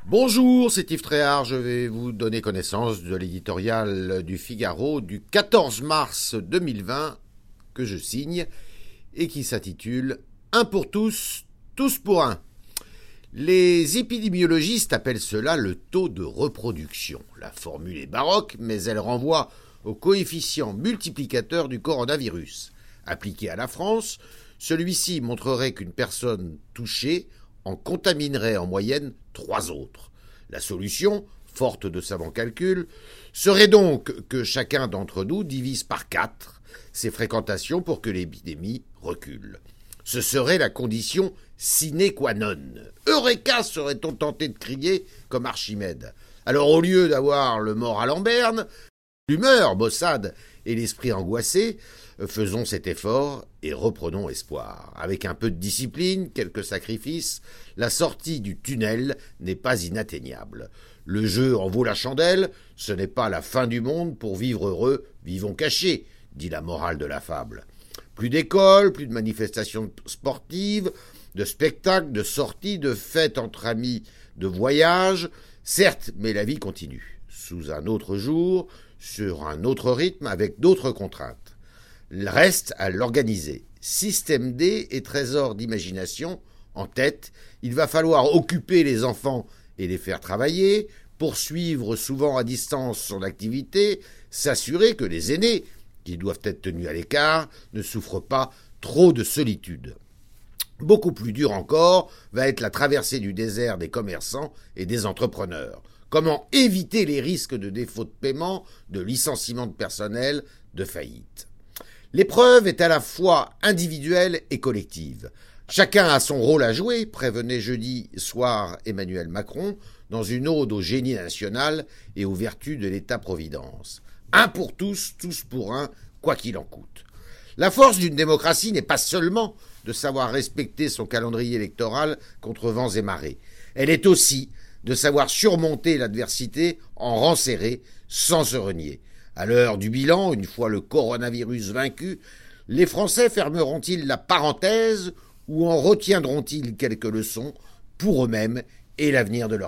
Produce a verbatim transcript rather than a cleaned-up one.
Bonjour, c'est Yves Tréhard, je vais vous donner connaissance de l'éditorial du Figaro du quatorze mars deux mille vingt que je signe et qui s'intitule « Un pour tous, tous pour un ». Les épidémiologistes appellent cela le taux de reproduction. La formule est baroque, mais elle renvoie au coefficient multiplicateur du coronavirus. Appliqué à la France, celui-ci montrerait qu'une personne touchée en contaminerait en moyenne trois autres. La solution, forte de savants calculs, serait donc que chacun d'entre nous divise par quatre ses fréquentations pour que l'épidémie recule. Ce serait la condition sine qua non. Eureka, serait-on tenté de crier comme Archimède. Alors au lieu d'avoir le moral en berne, l'humeur maussade et l'esprit angoissé, faisons cet effort et reprenons espoir. Avec un peu de discipline, quelques sacrifices, la sortie du tunnel n'est pas inatteignable. Le jeu en vaut la chandelle, ce n'est pas la fin du monde, pour vivre heureux, vivons cachés, dit la morale de la fable. Plus d'écoles, plus de manifestations sportives, de spectacles, de sorties, de fêtes entre amis, de voyages, certes, mais la vie continue, sous un autre jour, sur un autre rythme, avec d'autres contraintes. Reste à l'organiser. Système D et trésor d'imagination en tête, il va falloir occuper les enfants et les faire travailler, poursuivre souvent à distance son activité, s'assurer que les aînés, qui doivent être tenus à l'écart, ne souffrent pas trop de solitude. Beaucoup plus dur encore va être la traversée du désert des commerçants et des entrepreneurs. Comment éviter les risques de défaut de paiement, de licenciement de personnel, de faillite. L'épreuve est à la fois individuelle et collective. Chacun a son rôle à jouer, prévenait jeudi soir Emmanuel Macron, dans une ode au génie national et aux vertus de l'État-providence. Un pour tous, tous pour un, quoi qu'il en coûte. La force d'une démocratie n'est pas seulement de savoir respecter son calendrier électoral contre vents et marées. Elle est aussi de savoir surmonter l'adversité en rang serré, sans se renier. À l'heure du bilan, une fois le coronavirus vaincu, les Français fermeront-ils la parenthèse ou en retiendront-ils quelques leçons pour eux-mêmes et l'avenir de leur pays ?